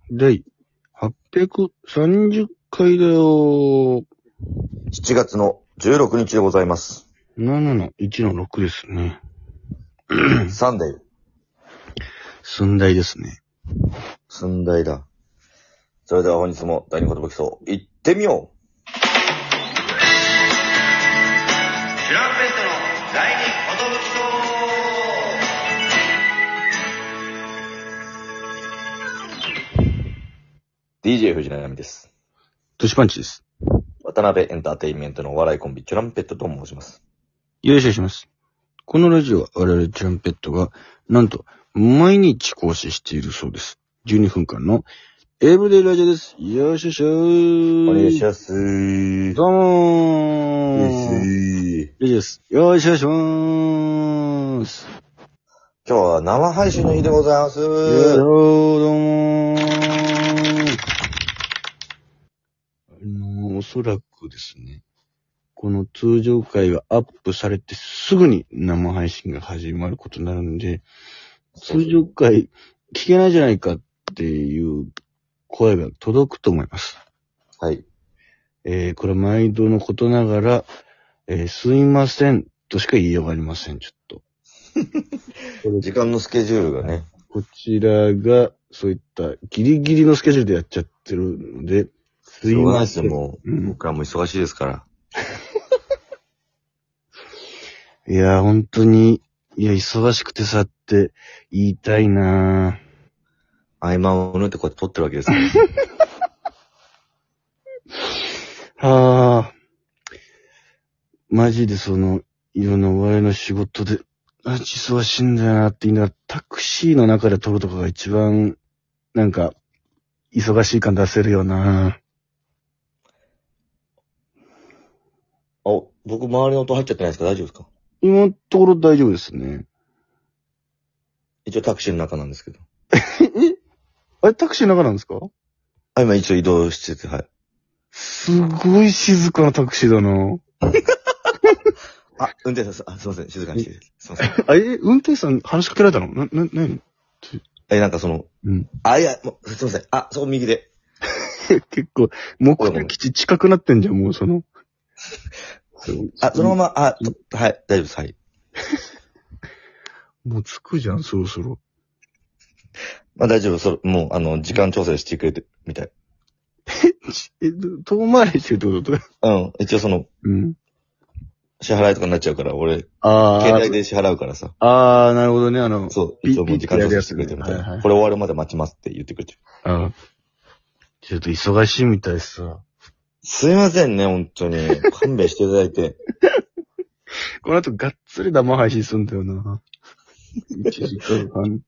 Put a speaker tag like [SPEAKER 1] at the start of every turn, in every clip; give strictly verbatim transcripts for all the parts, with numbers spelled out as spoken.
[SPEAKER 1] だいはっぴゃくさんじゅっかいだよ。
[SPEAKER 2] しちがつのじゅうろくにちでございます。
[SPEAKER 1] ななのいちのろくですね。
[SPEAKER 2] サンデー。
[SPEAKER 1] 寸大ですね。
[SPEAKER 2] 寸大だ。それでは本日も第二言武器層、行ってみよう。
[SPEAKER 3] チュランペットの第二言武器層。
[SPEAKER 2] ディージェー 藤波です。
[SPEAKER 1] トシパンチです。
[SPEAKER 2] 渡辺エンターテインメントのお笑いコンビ、チュランペットと申します。
[SPEAKER 1] よろしくお願いします。このラジオは我々チュランペットが、なんと、毎日更新しているそうです。じゅうにふんかんのエブリデイラジオです。よろしくお願いします。
[SPEAKER 2] お願いします。
[SPEAKER 1] どうもー。
[SPEAKER 2] よろし
[SPEAKER 1] レジです。よろしくお願いします。
[SPEAKER 2] 今日は生配信の日でございます。
[SPEAKER 1] よーどうもー。あのー、おそらくですね、この通常回がアップされてすぐに生配信が始まることになるんで、通常回聞けないじゃないかっていう声が届くと思います。
[SPEAKER 2] はい。
[SPEAKER 1] えー、これは毎度のことながら、えー、すいませんとしか言いようがありません、ちょっと。
[SPEAKER 2] 時間のスケジュールがね。
[SPEAKER 1] こちらが、そういったギリギリのスケジュールでやっちゃってるので、す
[SPEAKER 2] しょうがない
[SPEAKER 1] いません。
[SPEAKER 2] ですよ、もう。うん、僕らも忙しいですから。
[SPEAKER 1] いや、本当に、いや、忙しくてさって言いたいなぁ。
[SPEAKER 2] 合間を縫ってこうやって撮ってるわけですから。
[SPEAKER 1] はぁ。マジでその、いろんなお笑いの仕事で、あ、忙しいんだよなって言いながら、タクシーの中で撮るとかが一番、なんか、忙しい感出せるよな
[SPEAKER 2] あ、僕周りの音入っちゃってないですか？大丈夫ですか？
[SPEAKER 1] 今のところ大丈夫ですね。
[SPEAKER 2] 一応タクシーの中なんですけど。
[SPEAKER 1] えあれ、タクシーの中なんですか？
[SPEAKER 2] あ、今一応移動してて、はい。
[SPEAKER 1] すごい静かなタクシーだな
[SPEAKER 2] あ、運転手さん、あ、すいません、静かにして。すいません。
[SPEAKER 1] あ、え、運転手さん話しかけられたのな、な、なに
[SPEAKER 2] え、なんかその、
[SPEAKER 1] うん。
[SPEAKER 2] あ、いや、もう、すいません。あ、そこ右で。
[SPEAKER 1] 結構、目的地近くなってんじゃん、もうその。
[SPEAKER 2] あ、そのまま、あ、とはい、大丈夫です、はい。
[SPEAKER 1] もう着くじゃん、そろそろ。
[SPEAKER 2] まあ大丈夫、そもう、あの、時間調整してくれて、みたい。
[SPEAKER 1] え、遠回りしてるってこと
[SPEAKER 2] うん、一応その、
[SPEAKER 1] うん。
[SPEAKER 2] 支払いとかになっちゃうから、俺、
[SPEAKER 1] ああ。
[SPEAKER 2] 携帯で支払うからさ。
[SPEAKER 1] ああ、なるほどね、あの。
[SPEAKER 2] そう、一応もう時間調整してくれてみたいな。
[SPEAKER 1] はいはい、
[SPEAKER 2] これ終わるまで待ちますって言ってくれてる。
[SPEAKER 1] ああ。ちょっと忙しいみたいさ。
[SPEAKER 2] すいませんね、本当に。勘弁していただいて。
[SPEAKER 1] この後がっつり生配信すんだよな。いちじかんはん。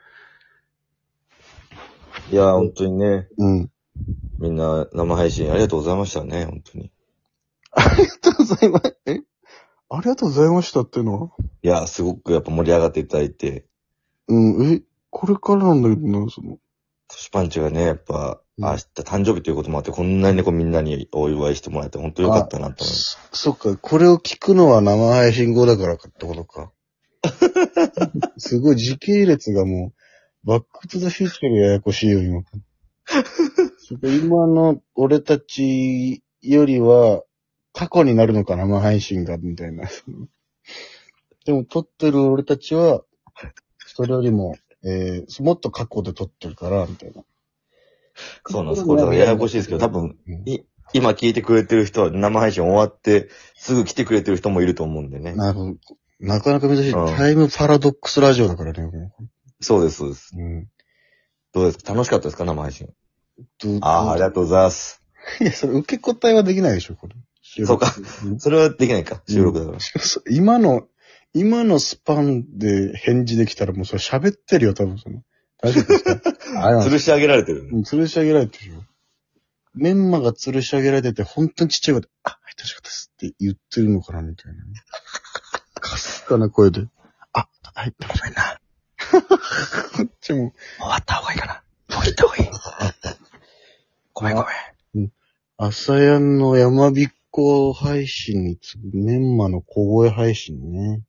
[SPEAKER 2] いや、本当にね。
[SPEAKER 1] うん。
[SPEAKER 2] みんな生配信ありがとうございましたね、本当に。
[SPEAKER 1] ありがとうございます。えありがとうございましたっていうのはい
[SPEAKER 2] や、すごくやっぱ盛り上がっていただいて。
[SPEAKER 1] うん、え、これからなんだけどな、その。
[SPEAKER 2] トシパンチがね、やっぱ、
[SPEAKER 1] うん、
[SPEAKER 2] 明日誕生日ということもあって、こんなにね、こうみんなにお祝いしてもらえて、本当よかったなと思います。
[SPEAKER 1] そっか、これを聞くのは生配信後だからかってことか。すごい時系列がもう、バックトゥザフューチャーがややこしいよ、今。今の俺たちよりは、過去になるのか、生配信が、みたいな。でも、撮ってる俺たちは、それよりも、えー、もっと過去で撮ってるから、みたいな。
[SPEAKER 2] そうなんです。これだからややこしいですけど、多分、い今聞いてくれてる人は生配信終わって、すぐ来てくれてる人もいると思うんでね。
[SPEAKER 1] なるほど。なかなか珍しい、うん。タイムパラドックスラジオだからね。
[SPEAKER 2] そうです、そうです。
[SPEAKER 1] うん、
[SPEAKER 2] どうですか？楽しかったですか？生配信。
[SPEAKER 1] あ
[SPEAKER 2] ああ、ありがとうございます。
[SPEAKER 1] いや、それ受け答えはできないでしょ、これ。
[SPEAKER 2] そうか。それはできないか、収録だから。うん、
[SPEAKER 1] 今の、今のスパンで返事できたらもうそれ喋ってるよ、多分その。大丈夫ですか？
[SPEAKER 2] 吊るし上げられてる、ね。
[SPEAKER 1] うん、吊るし上げられてるよ。メンマが吊るし上げられてて、本当にちっちゃい声で、あ、はい、楽しかったですって言ってるのかな、みたいな。かすかな声で、あ、はい、ごめんな。こっちも。終わった方がいいかな。もう行った方がいい。ごめんごめん。うん。朝やんの山びっこ配信に次ぐメンマの小声配信ね。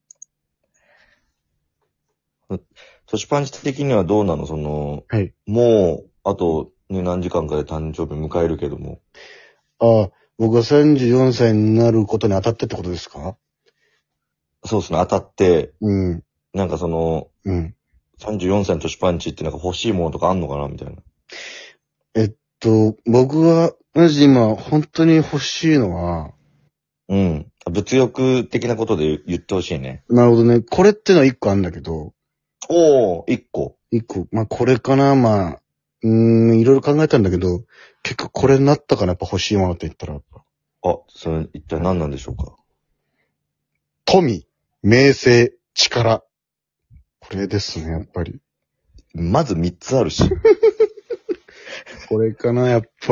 [SPEAKER 2] トシパンチ的にはどうなの？その、
[SPEAKER 1] はい。
[SPEAKER 2] もう、 あと、ね、何時間かで誕生日迎えるけども。
[SPEAKER 1] ああ、僕がさんじゅうよんさいになることに当たってってことですか？
[SPEAKER 2] そうですね、当たって、
[SPEAKER 1] うん。
[SPEAKER 2] なんかその、
[SPEAKER 1] うん。
[SPEAKER 2] さんじゅうよんさいの年パンチってなんか欲しいものとかあんのかなみたいな。
[SPEAKER 1] えっと、僕は、マジ今、本当に欲しいのは、
[SPEAKER 2] うん。物欲的なことで言ってほしいね。
[SPEAKER 1] なるほどね。これってのは一個あるんだけど、
[SPEAKER 2] おー、一個。
[SPEAKER 1] 一個、まあこれかな、まあ、うーん、いろいろ考えたんだけど、結局これになったかな、やっぱ欲しいものって言ったら、やっぱ
[SPEAKER 2] あ、それ一体何なんでしょうか。
[SPEAKER 1] 富、名声、力。これですね、やっぱり。
[SPEAKER 2] まず三つあるし。
[SPEAKER 1] これかな、やっぱ。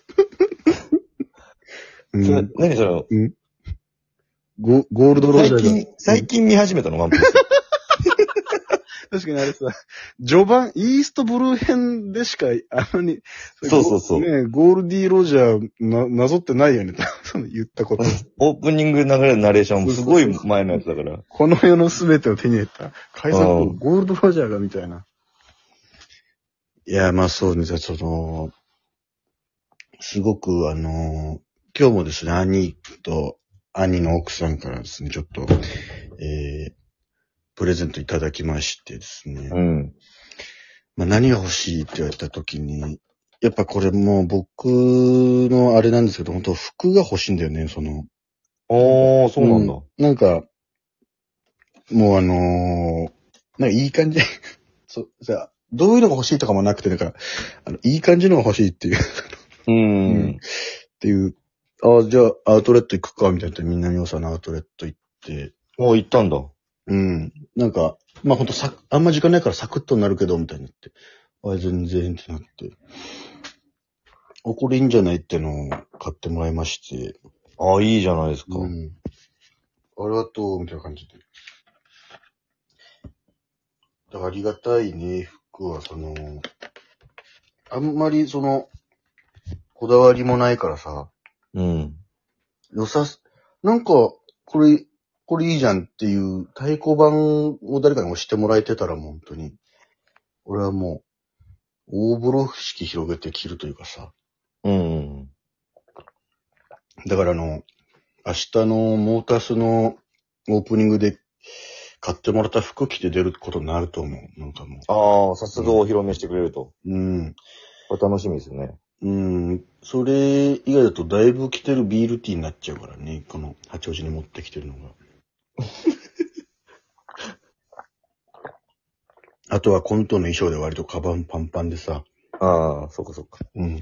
[SPEAKER 1] う
[SPEAKER 2] それ
[SPEAKER 1] ん、
[SPEAKER 2] 何それ
[SPEAKER 1] うんゴ、ゴールドロジャーが。
[SPEAKER 2] 最近、最近見始めたのワンピース。
[SPEAKER 1] 確かにあれさ、序盤、イーストブルー編でしか、あのに、
[SPEAKER 2] そうそうそう
[SPEAKER 1] ねゴールディーロジャーな、なぞってないよね。その言ったこと。
[SPEAKER 2] オープニング流れるナレーションもすごい前のやつだから。
[SPEAKER 1] この世のすべてを手に入れた。海賊王、
[SPEAKER 2] うん
[SPEAKER 1] ゴールドロジャーがみたいな。いや、まあそうね、その、すごくあの、今日もですね、兄と兄の奥さんからですね、ちょっと、えー、プレゼントいただきましてですね。
[SPEAKER 2] うん。
[SPEAKER 1] まあ、何が欲しいって言われた時に、やっぱこれもう僕のあれなんですけど、本当服が欲しいんだよね、その。
[SPEAKER 2] おー、そうなんだ。
[SPEAKER 1] うんなんか、もうあのーなんかいい感じ。そう、じゃあ、どういうのが欲しいとかもなくて、なんか、あの、いい感じのが欲しいっていう、っ
[SPEAKER 2] う
[SPEAKER 1] うん
[SPEAKER 2] ん。
[SPEAKER 1] ていう、ああ、じゃあ、アウトレット行くか、みたいな、みんなにおさのアウトレット行って、
[SPEAKER 2] もう行ったんだ。
[SPEAKER 1] うん。なんか、まあほんとさ、あんま時間ないからサクッとなるけど、みたいになって。あ、全然ってなって。あ、これいいんじゃないってのを買ってもらいまして。
[SPEAKER 2] ああ、いいじゃないですか。
[SPEAKER 1] うん。ありがとう、みたいな感じで。だからありがたいね、服は、その、あんまりその、こだわりもないからさ、
[SPEAKER 2] うん。
[SPEAKER 1] 良さす、なんか、これ、これいいじゃんっていう太鼓判を誰かに押してもらえてたらもう本当に、俺はもう、大風呂敷広げて着るというかさ。
[SPEAKER 2] うん。
[SPEAKER 1] だからあの、明日のモータスのオープニングで買ってもらった服着て出ることになると思う。なんかも
[SPEAKER 2] ああ、早速お披露目してくれると。
[SPEAKER 1] う。うん。
[SPEAKER 2] これ楽しみですね。
[SPEAKER 1] うん。それ以外だとだいぶ着てるビールティーになっちゃうからね。この八王子に持ってきてるのが。あとはコントの衣装で割とカバンパンパンでさ。
[SPEAKER 2] ああ、そっかそっか。
[SPEAKER 1] うん。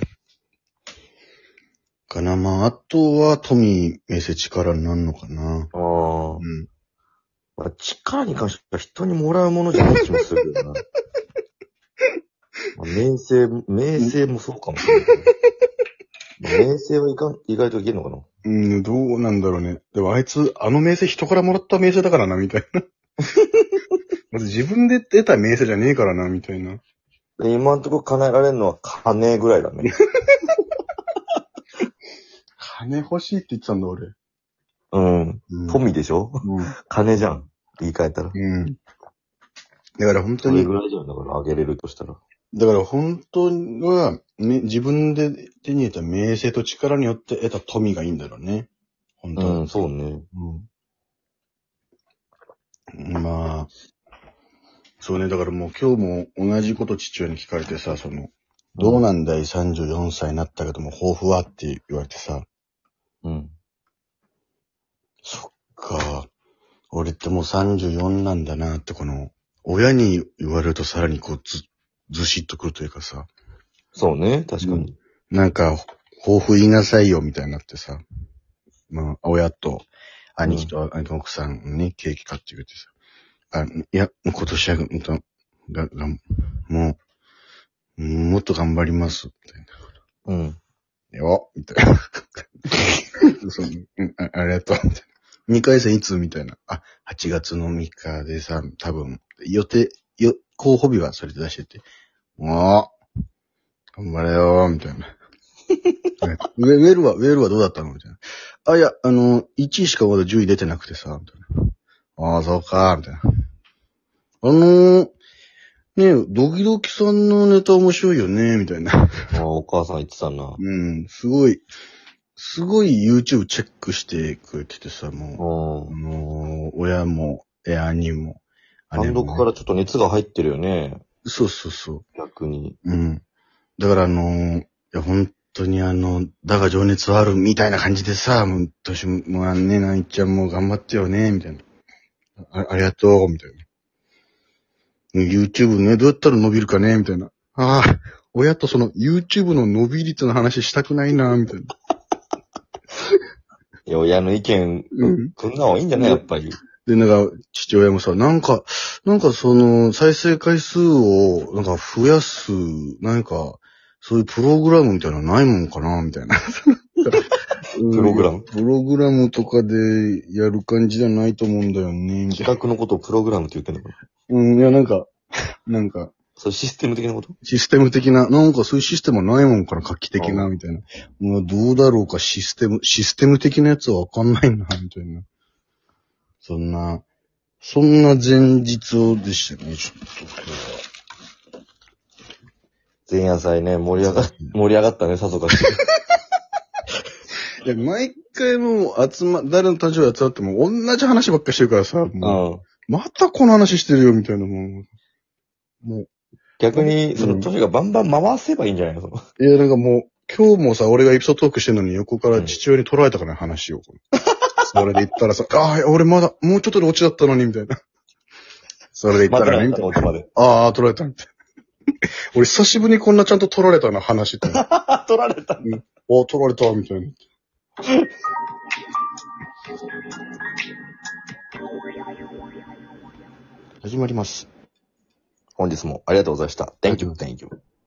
[SPEAKER 1] かな。まあ、あとは富、名声力になるのかな。
[SPEAKER 2] ああ。
[SPEAKER 1] うん。
[SPEAKER 2] まあ、力に関しては人にもらうものじゃない気もするけどな。まあ、名声、名声もそうかもしれないけど。まあ名声はいかん、意外といけんのかな。
[SPEAKER 1] うん、どうなんだろうね。でもあいつ、あの名声人からもらった名声だからな、みたいな。まず自分で得た名声じゃねえからな、みたいな。
[SPEAKER 2] 今んとこ叶えられるのは金ぐらいだね。
[SPEAKER 1] 金欲しいって言ってたんだ、俺。
[SPEAKER 2] うん。
[SPEAKER 1] うん、
[SPEAKER 2] 富でしょ
[SPEAKER 1] うん。
[SPEAKER 2] 金じゃん。言い換えたら。
[SPEAKER 1] うん。だから本当
[SPEAKER 2] それ
[SPEAKER 1] に、
[SPEAKER 2] ぐらいじゃん。だからあげれるとしたら。
[SPEAKER 1] だから本当は、ね、自分で手に入れた名声と力によって得た富がいいんだろうね。本当は。
[SPEAKER 2] うん、そうね。
[SPEAKER 1] うん。まあ、そうね、だからもう今日も同じこと父親に聞かれてさ、その、どうなんだいさんじゅうよんさいになったけども、抱負はって言われてさ、
[SPEAKER 2] うん。
[SPEAKER 1] そっか、俺ってもうさんじゅうよんなんだなって、この、親に言われるとさらにこうず、ずしっとくるというかさ、
[SPEAKER 2] そうね、確かに。
[SPEAKER 1] なんか、抱負言いなさいよみたいになってさ、まあ、親と兄貴と兄貴の奥さんにケーキ買ってくれてさ、あ、いや、今年は、うんと、が、が、もう、もっと頑張ります、みたいな。
[SPEAKER 2] うん。
[SPEAKER 1] よ、みたいな。そううんあ、ありがとう、みたいな。にかい戦いつみたいな。あ、はちがつのみっかでさ、多分、予定、よ、候補日はそれで出してて、もう、頑張れよ、みたいな。ウェウェルは、ウェルはどうだったのみたいな。あ、いや、あの、いちいしかまだじゅうい出てなくてさ、みたいな。ああ、そうか、みたいな。あのー、 ねえ、ドキドキさんのネタ面白いよね、みたいな。
[SPEAKER 2] ああ、お母さん言ってたな。
[SPEAKER 1] うん、すごい、すごい YouTube チェックしてくれててさ、もう、
[SPEAKER 2] うん。
[SPEAKER 1] あのー親も、え、兄も、
[SPEAKER 2] 単独からちょっと熱が入ってるよね。
[SPEAKER 1] そうそうそ
[SPEAKER 2] 逆に。
[SPEAKER 1] う。うん。だからあのー、いや、本当にあの、だが情熱はあるみたいな感じでさ、もう、年もあんね、なみちゃんも頑張ってよね、みたいな。あありがとう、みたいな。YouTube ね、どうやったら伸びるかね、みたいな。ああ、親とその YouTube の伸び率の話したくないな、みたいな。
[SPEAKER 2] いや、親の意見、
[SPEAKER 1] うん
[SPEAKER 2] くんな方がいいんじゃないやっぱり。
[SPEAKER 1] で、なんか、父親もさ、なんか、なんかその、再生回数を、なんか増やす、なんか、そういうプログラムみたいなのないもんかな、みたいな。
[SPEAKER 2] プログラム
[SPEAKER 1] プログラムとかでやる感じじゃないと思うんだよね、みたいな。
[SPEAKER 2] 企画のことをプログラムって言ってんのかな。
[SPEAKER 1] うん、いや、なんか、なんか、
[SPEAKER 2] そう、システム的なこと
[SPEAKER 1] システム的な、なんかそういうシステムないもんかな、画期的な、
[SPEAKER 2] うん
[SPEAKER 1] みたいな。まあ、どうだろうか、システム、システム的なやつはわかんないな、みたいな。そんな、そんな前日をでしたね、ちょっと今日は。
[SPEAKER 2] 前夜祭ね、盛り上が、盛り上がったね、さぞかし。
[SPEAKER 1] いや、毎回もう集ま、誰の誕生日集まっても同じ話ばっかしてるからさ、もう、
[SPEAKER 2] うん。
[SPEAKER 1] またこの話してるよ、みたいな、もう。もう、
[SPEAKER 2] 逆に、その、女子がバンバン回せばいいんじゃないのその
[SPEAKER 1] いや、なんかもう、今日もさ、俺がエピソードトークしてるのに横から父親に取られたからね、話を。それで言ったらさ、ああ、俺まだ、もうちょっとで落ちだったのに、みたいな。それで言ったらね、みたいな。
[SPEAKER 2] 待ってなかった
[SPEAKER 1] ああ、取られた、みたいな。俺久しぶりにこんなちゃんと取られたな、話って。あ
[SPEAKER 2] 取られた。
[SPEAKER 1] あ、取られた、みたいな。始まります。
[SPEAKER 2] 本日もありがとうございました。Thank you, thank you.